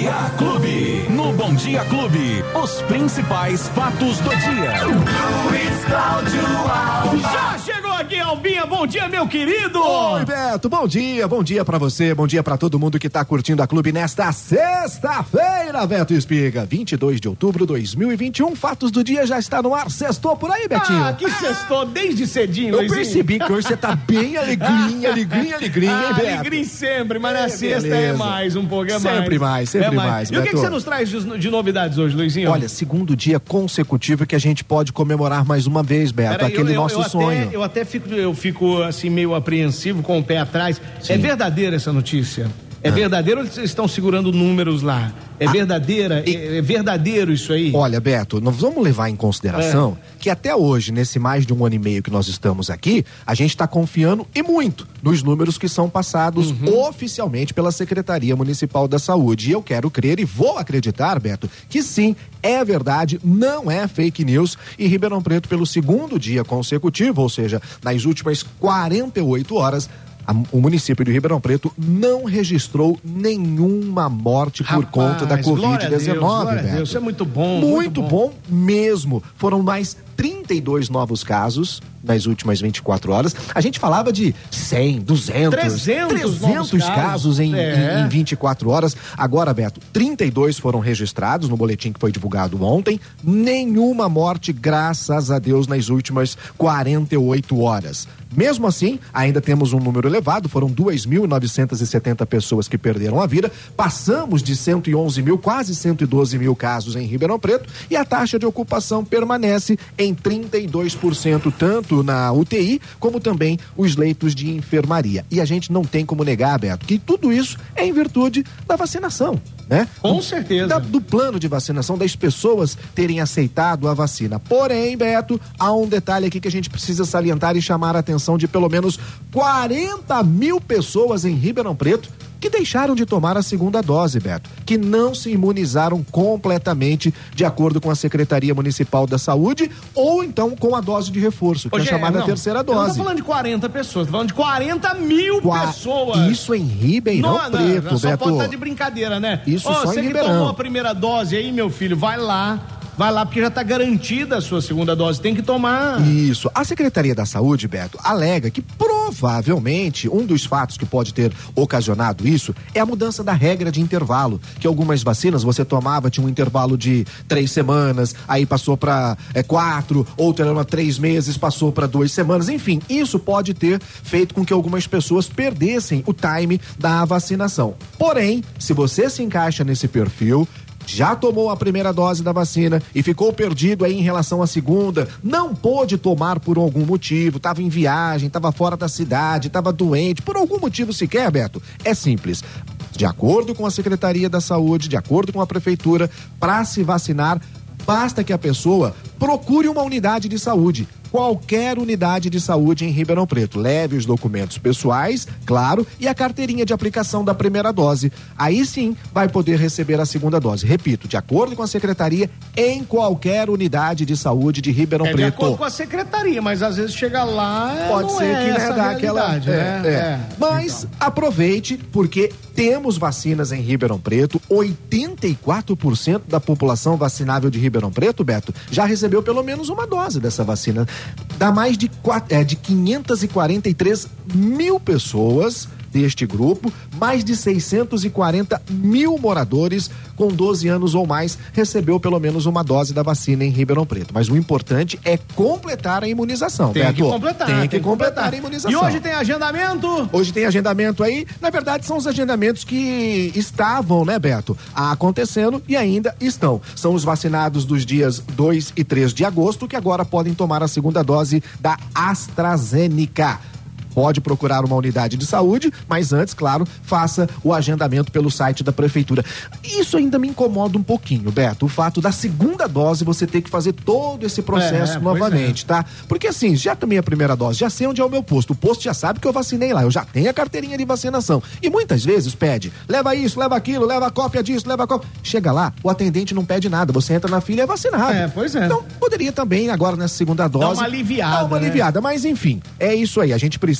Dia Clube. No Bom Dia Clube, os principais fatos do dia. Luiz Cláudio Alves. Já chegou aqui, Albinha. Bom dia, meu querido. Oi, Beto. Bom dia pra você. Bom dia pra todo mundo que tá curtindo a Clube nesta sexta-feira, Beto Espiga. 22 de outubro de 2021. Fatos do dia já está no ar. Sextou por aí, Betinho? Ah, que sextou desde cedinho, Eu Luizinho. percebi que hoje você tá bem alegrinha, hein, Beto? Alegria sempre, mas na sexta beleza. é mais um pouco, é Sempre mais, sempre mais, E o que Beto. você nos traz de novidades hoje, Luizinho? Olha, segundo dia consecutivo que a gente pode comemorar mais uma vez, Beto, Peraí, aquele nosso sonho. Eu até fico assim meio apreensivo com o pé atrás. Sim. É verdadeira essa notícia? É verdadeiro ou eles estão segurando números lá? É verdadeira? É verdadeiro isso aí? Olha, Beto, nós vamos levar em consideração que até hoje, nesse mais de um ano e meio que nós estamos aqui, a gente está confiando e muito nos números que são passados oficialmente pela Secretaria Municipal da Saúde. E eu quero crer e vou acreditar, Beto, que sim, é verdade, não é fake news. E Ribeirão Preto, pelo segundo dia consecutivo, ou seja, nas últimas 48 horas, o município de Ribeirão Preto não registrou nenhuma morte por conta da Covid-19, Beto. Isso é muito bom. Muito bom mesmo. Foram mais 32 novos casos nas últimas 24 horas. A gente falava de 100, 200, 300 casos em 24 horas. Agora, Beto, 32 foram registrados no boletim que foi divulgado ontem. Nenhuma morte, graças a Deus, nas últimas 48 horas. Mesmo assim, ainda temos um número elevado, foram 2.970 pessoas que perderam a vida, passamos de 111 mil, quase 112 mil casos em Ribeirão Preto, e a taxa de ocupação permanece em 32%, tanto na UTI, como também os leitos de enfermaria. E a gente não tem como negar, Beto, que tudo isso é em virtude da vacinação, né? Com certeza. Do plano de vacinação, das pessoas terem aceitado a vacina. Porém, Beto, há um detalhe aqui que a gente precisa salientar e chamar a atenção de pelo menos 40 mil pessoas em Ribeirão Preto que deixaram de tomar a segunda dose, Beto, que não se imunizaram completamente de acordo com a Secretaria Municipal da Saúde ou então com a dose de reforço, que é a chamada terceira dose. Eu não tô falando de 40 pessoas, tô falando de 40 mil pessoas. Isso em Ribeirão Preto, não, só Beto. pode estar de brincadeira, né? Isso só você em que Ribeirão. tomou a primeira dose aí, meu filho, vai lá, porque já tá garantida a sua segunda dose, tem que tomar. Isso. A Secretaria da Saúde, Beto, alega que provavelmente um dos fatos que pode ter ocasionado isso é a mudança da regra de intervalo, que algumas vacinas você tomava, tinha um intervalo de 3 semanas, aí passou para 4, outra era 3 meses, passou para 2 semanas, enfim, isso pode ter feito com que algumas pessoas perdessem o time da vacinação. Porém, se você se encaixa nesse perfil, já tomou a primeira dose da vacina e ficou perdido aí em relação à segunda, não pôde tomar por algum motivo, estava em viagem, estava fora da cidade, estava doente, por algum motivo sequer, Beto, é simples. De acordo com a Secretaria da Saúde, de acordo com a Prefeitura, para se vacinar, basta que a pessoa procure uma unidade de saúde. Qualquer unidade de saúde em Ribeirão Preto. Leve os documentos pessoais, claro, e a carteirinha de aplicação da primeira dose. Aí sim vai poder receber a segunda dose. Repito, de acordo com a secretaria, em qualquer unidade de saúde de Ribeirão Preto. De acordo com a secretaria, mas às vezes chega lá, pode ser que né, dá aquela. Mas então, aproveite, porque temos vacinas em Ribeirão Preto. 84% da população vacinável de Ribeirão Preto, Beto, já recebeu pelo menos uma dose dessa vacina. Dá mais de 543 mil pessoas deste grupo, mais de 640 mil moradores com 12 anos ou mais recebeu pelo menos uma dose da vacina em Ribeirão Preto. Mas o importante é completar a imunização, Tem Beto. que completar a imunização. E hoje tem agendamento? Hoje tem agendamento aí. Na verdade, são os agendamentos que estavam, né, Beto, acontecendo e ainda estão. São os vacinados dos dias 2 e 3 de agosto que agora podem tomar a segunda dose da AstraZeneca. Pode procurar uma unidade de saúde, mas antes, claro, faça o agendamento pelo site da prefeitura. Isso ainda me incomoda um pouquinho, Beto, o fato da segunda dose você ter que fazer todo esse processo novamente, tá? Porque assim, já tomei a primeira dose, já sei onde é o meu posto, o posto já sabe que eu vacinei lá, eu já tenho a carteirinha de vacinação. E muitas vezes pede, leva isso, leva aquilo, leva a cópia disso, leva a cópia. Chega lá, o atendente não pede nada, você entra na fila e é vacinado. Então, poderia também, agora nessa segunda dose, dar uma aliviada, mas enfim, é isso aí, a gente precisa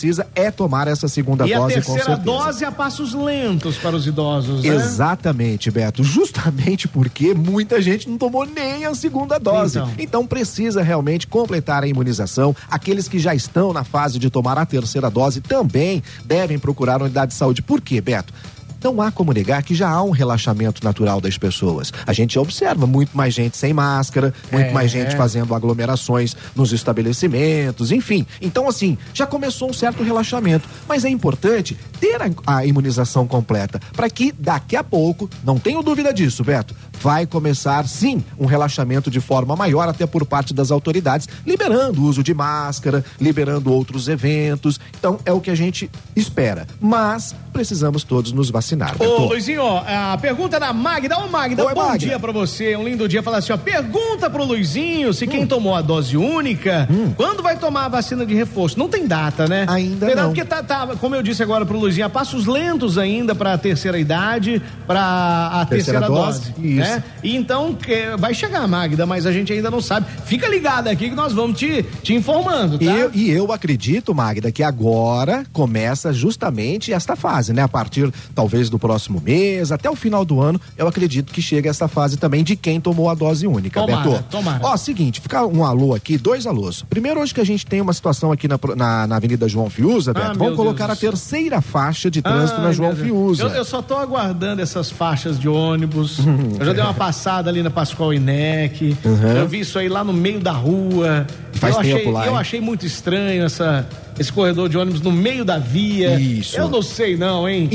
precisa é tomar essa segunda dose, com certeza. E a terceira dose a passos lentos para os idosos, né? Exatamente, Beto. Justamente porque muita gente não tomou nem a segunda dose. Então precisa realmente completar a imunização. Aqueles que já estão na fase de tomar a terceira dose também devem procurar a unidade de saúde. Por quê, Beto? Não há como negar que já há um relaxamento natural das pessoas. A gente observa muito mais gente sem máscara, muito mais gente fazendo aglomerações nos estabelecimentos, enfim. Então, assim, já começou um certo relaxamento. Mas é importante ter a imunização completa, para que daqui a pouco, não tenho dúvida disso, Beto, vai começar, sim, um relaxamento de forma maior, até por parte das autoridades, liberando o uso de máscara, liberando outros eventos. Então, é o que a gente espera. Mas precisamos todos nos vacinar. Ô, Luizinho, a pergunta da Magda. Ô, Magda, oi, bom Magda. Dia pra você, um lindo dia. Fala assim, ó, pergunta pro Luizinho se quem tomou a dose única, quando vai tomar a vacina de reforço? Não tem data, né? Ainda não. Porque tá, como eu disse agora pro Luizinho, a passos lentos ainda pra terceira idade, pra a terceira dose. Isso. Né? E então, vai chegar a Magda, mas a gente ainda não sabe. Fica ligado aqui que nós vamos te informando, tá? Eu acredito, Magda, que agora começa justamente esta fase, né? A partir, talvez, do próximo mês, até o final do ano, eu acredito que chega essa fase também de quem tomou a dose única, Beto. Tomara. Ó, seguinte, fica um alô aqui, 2 alôs. Primeiro, hoje que a gente tem uma situação aqui na Avenida João Fiuza, Beto, vamos colocar a terceira faixa de trânsito na João Fiuza. Eu só tô aguardando essas faixas de ônibus. Eu já dei uma passada ali na Pascoal Inec. Eu vi isso aí lá no meio da rua. Faz tempo lá, eu achei muito estranho esse corredor de ônibus no meio da via. Isso. Eu não sei não, hein?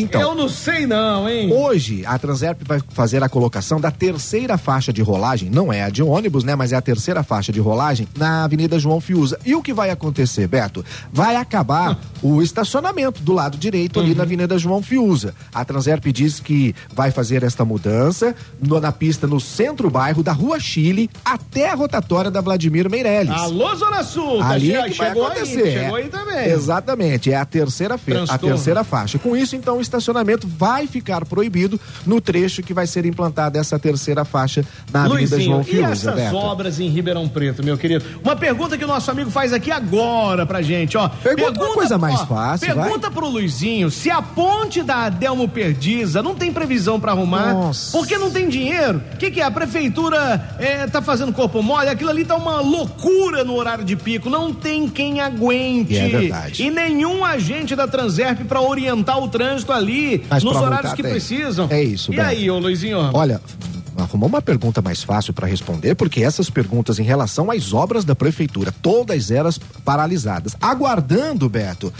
Hoje, a Transerp vai fazer a colocação da terceira faixa de rolagem, não é a de ônibus, né? Mas é a terceira faixa de rolagem na Avenida João Fiuza. E o que vai acontecer, Beto? Vai acabar o estacionamento do lado direito ali na Avenida João Fiuza. A Transerp diz que vai fazer esta mudança na pista no centro-bairro da Rua Chile até a rotatória da Vladimir Meirelles. Alô, Zona Sul! Ali é que vai acontecer. Chegou aí também. Exatamente, é a terceira faixa. Com isso, então, o estacionamento vai ficar proibido no trecho que vai ser implantada essa terceira faixa na Avenida João Fiuza. E essas obras em Ribeirão Preto, meu querido? Uma pergunta que o nosso amigo faz aqui agora pra gente, ó. Pergunta uma coisa mais fácil, pergunta pro Luizinho se a ponte da Adelmo Perdiza não tem previsão pra arrumar. Nossa. Porque não tem dinheiro. O que é? A prefeitura tá fazendo corpo mole? Aquilo ali tá uma loucura no horário de pico. Não tem quem aguente. É verdade. E nenhum agente da Transerp pra orientar o trânsito ali, mas nos horários que precisam. É isso, E aí, ô Luizinho? Olha, arrumou uma pergunta mais fácil para responder, porque essas perguntas em relação às obras da prefeitura, todas elas paralisadas, aguardando, Beto,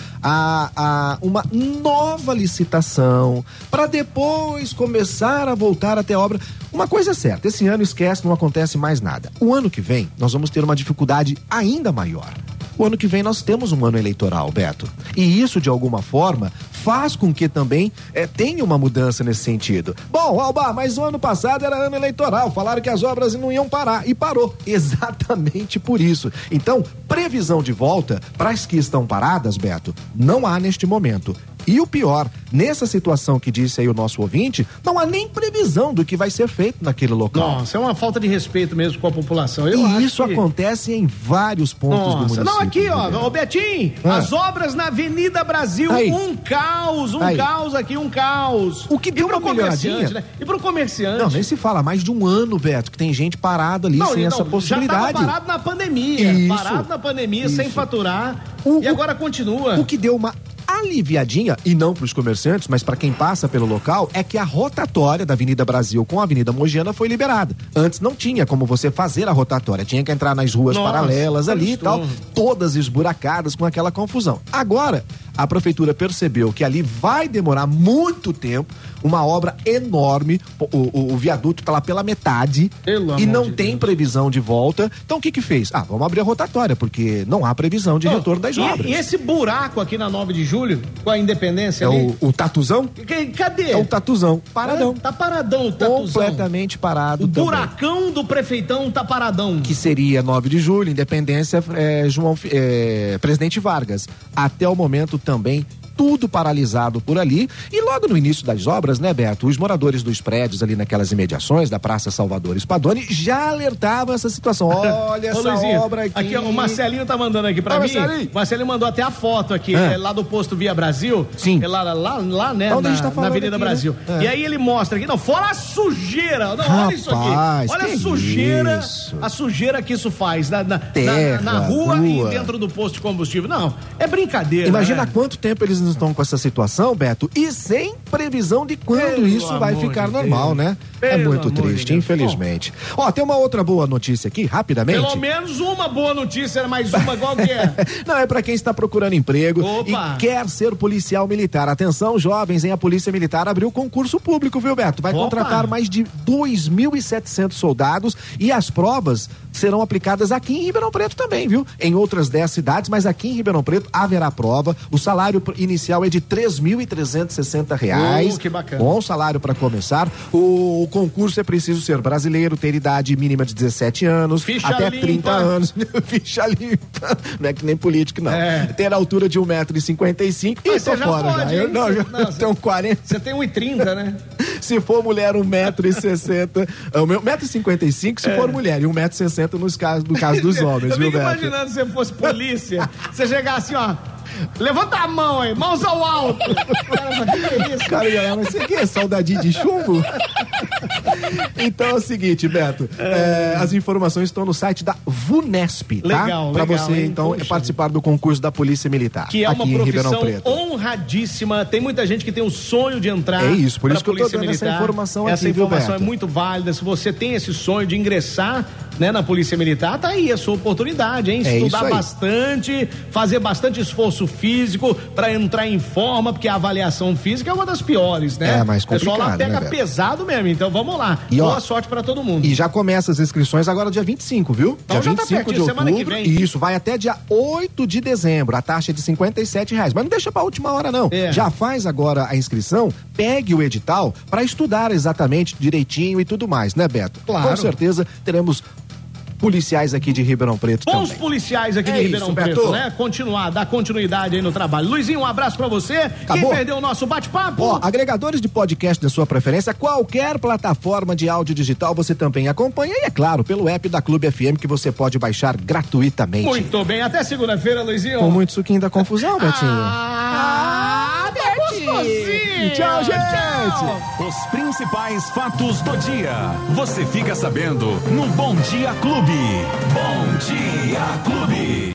uma nova licitação para depois começar a voltar até a obra. Uma coisa é certa, esse ano esquece, não acontece mais nada. O ano que vem nós vamos ter uma dificuldade ainda maior. O ano que vem nós temos um ano eleitoral, Beto. E isso, de alguma forma, faz com que também tenha uma mudança nesse sentido. Bom, Alba, mas o ano passado era ano eleitoral, falaram que as obras não iam parar, e parou. Exatamente por isso. Então, previsão de volta para as que estão paradas, Beto, não há neste momento. E o pior, nessa situação que disse aí o nosso ouvinte, não há nem previsão do que vai ser feito naquele local. Nossa, é uma falta de respeito mesmo com a população. E isso acontece em vários pontos do município. Não, aqui, ó, Betinho, as obras na Avenida Brasil, um caos aqui, um caos. O que deu uma melhoradinha? Né? E pro comerciante. Não, nem se fala, mais de um ano, Beto, que tem gente parada ali sem essa possibilidade. Já tava parado na pandemia, sem faturar, e agora continua. O que deu uma aliviadinha, e não para os comerciantes, mas para quem passa pelo local, é que a rotatória da Avenida Brasil com a Avenida Mogiana foi liberada. Antes não tinha como você fazer a rotatória, tinha que entrar nas ruas paralelas ali e tal, todas esburacadas com aquela confusão. Agora, a prefeitura percebeu que ali vai demorar muito tempo, uma obra enorme, o viaduto tá lá pela metade e não tem previsão de volta. Então o que fez? Vamos abrir a rotatória, porque não há previsão de retorno das obras. E esse buraco aqui na 9 de julho, com a Independência ali? O Tatuzão? Cadê? É o Tatuzão, paradão. Tá paradão o Tatuzão. Completamente parado. O buracão do prefeitão tá paradão. Que seria 9 de julho, Independência, Presidente Vargas. Até o momento também tudo paralisado por ali. E logo no início das obras, né, Beto, os moradores dos prédios ali naquelas imediações da Praça Salvador Spadoni já alertavam essa situação. Olha essa Luizinho, obra aqui. Aqui, o Marcelinho tá mandando aqui pra mim. Marcelinho. O Marcelinho mandou até a foto aqui, lá do posto Via Brasil. Sim. Lá, né, onde a gente tá na Avenida aqui, Brasil. né? E aí ele mostra aqui, não, fora a sujeira. Não, olha isso aqui. Olha a sujeira, isso? a sujeira que isso faz Terra, na rua e dentro do posto de combustível. Não, é brincadeira. Imagina há né? quanto tempo eles não estão com essa situação, Beto, e sem previsão de quando isso vai ficar normal, né? É muito triste, infelizmente. Ó, tem uma outra boa notícia aqui, rapidamente. Pelo menos uma boa notícia, mais uma qualquer. Não, é pra quem está procurando emprego Opa. e quer ser policial militar. Atenção, jovens, hein? A Polícia Militar abriu concurso público, viu, Beto? Vai contratar mais de 2.700 soldados e as provas serão aplicadas aqui em Ribeirão Preto também, viu? Em outras 10 cidades, mas aqui em Ribeirão Preto haverá prova. O salário inicial é de R$3.360. Que bacana. Bom salário para começar. O concurso é preciso ser brasileiro, ter idade mínima de 17 anos, Ficha até limpa. 30 anos. Ficha limpa. Não é que nem político, não. Ter a altura de 1,55 m e tô fora pode, já. Eu tenho 40. Você tem 1,30 m, né? Se for mulher, 1,60 m. 1,55 m se for mulher, e 1,60 m no caso dos homens, eu viu, fico Beto? imaginando se você fosse polícia, você chegar assim, ó. Levanta a mão aí, mãos ao alto. Cara, mas você que é soldadinho de chumbo? Então é o seguinte, Beto, as informações estão no site da VUNESP, tá? Pra você, então, participar do concurso da Polícia Militar. Que é uma profissão honradíssima. Tem muita gente que tem o sonho de entrar. É isso, por isso que eu tô dando Militar. essa informação aqui, Essa informação viu, Beto? é muito válida. Se você tem esse sonho de ingressar, né, na Polícia Militar, tá aí a sua oportunidade, hein? Estudar bastante, fazer bastante esforço físico pra entrar em forma, porque a avaliação física é uma das piores, né? É mais complicado, o pessoal lá pega, né, pesado mesmo, então vamos lá. E, boa sorte pra todo mundo. E já começa as inscrições agora dia 25, viu? Então dia já tá 25 pertinho, de semana que outubro. vem. Isso, vai até dia 8 de dezembro. A taxa é de R$57. Mas não deixa pra última hora, não. Já faz agora a inscrição, pegue o edital pra estudar exatamente, direitinho e tudo mais, né, Beto? Claro. Com certeza teremos policiais aqui de Ribeirão Preto Bons também. policiais aqui de Ribeirão Preto, né? Dar continuidade aí no trabalho. Luizinho, um abraço pra você. Acabou. Quem perdeu o nosso bate-papo? Ó, agregadores de podcast da sua preferência, qualquer plataforma de áudio digital você também acompanha e, é claro, pelo app da Clube FM que você pode baixar gratuitamente. Muito bem, até segunda-feira, Luizinho. Com muito suquinho da confusão, Betinho. Betinho. Tchau, gente. Tchau. Os principais fatos do dia. Você fica sabendo no Bom Dia Clube. Bom Dia Clube.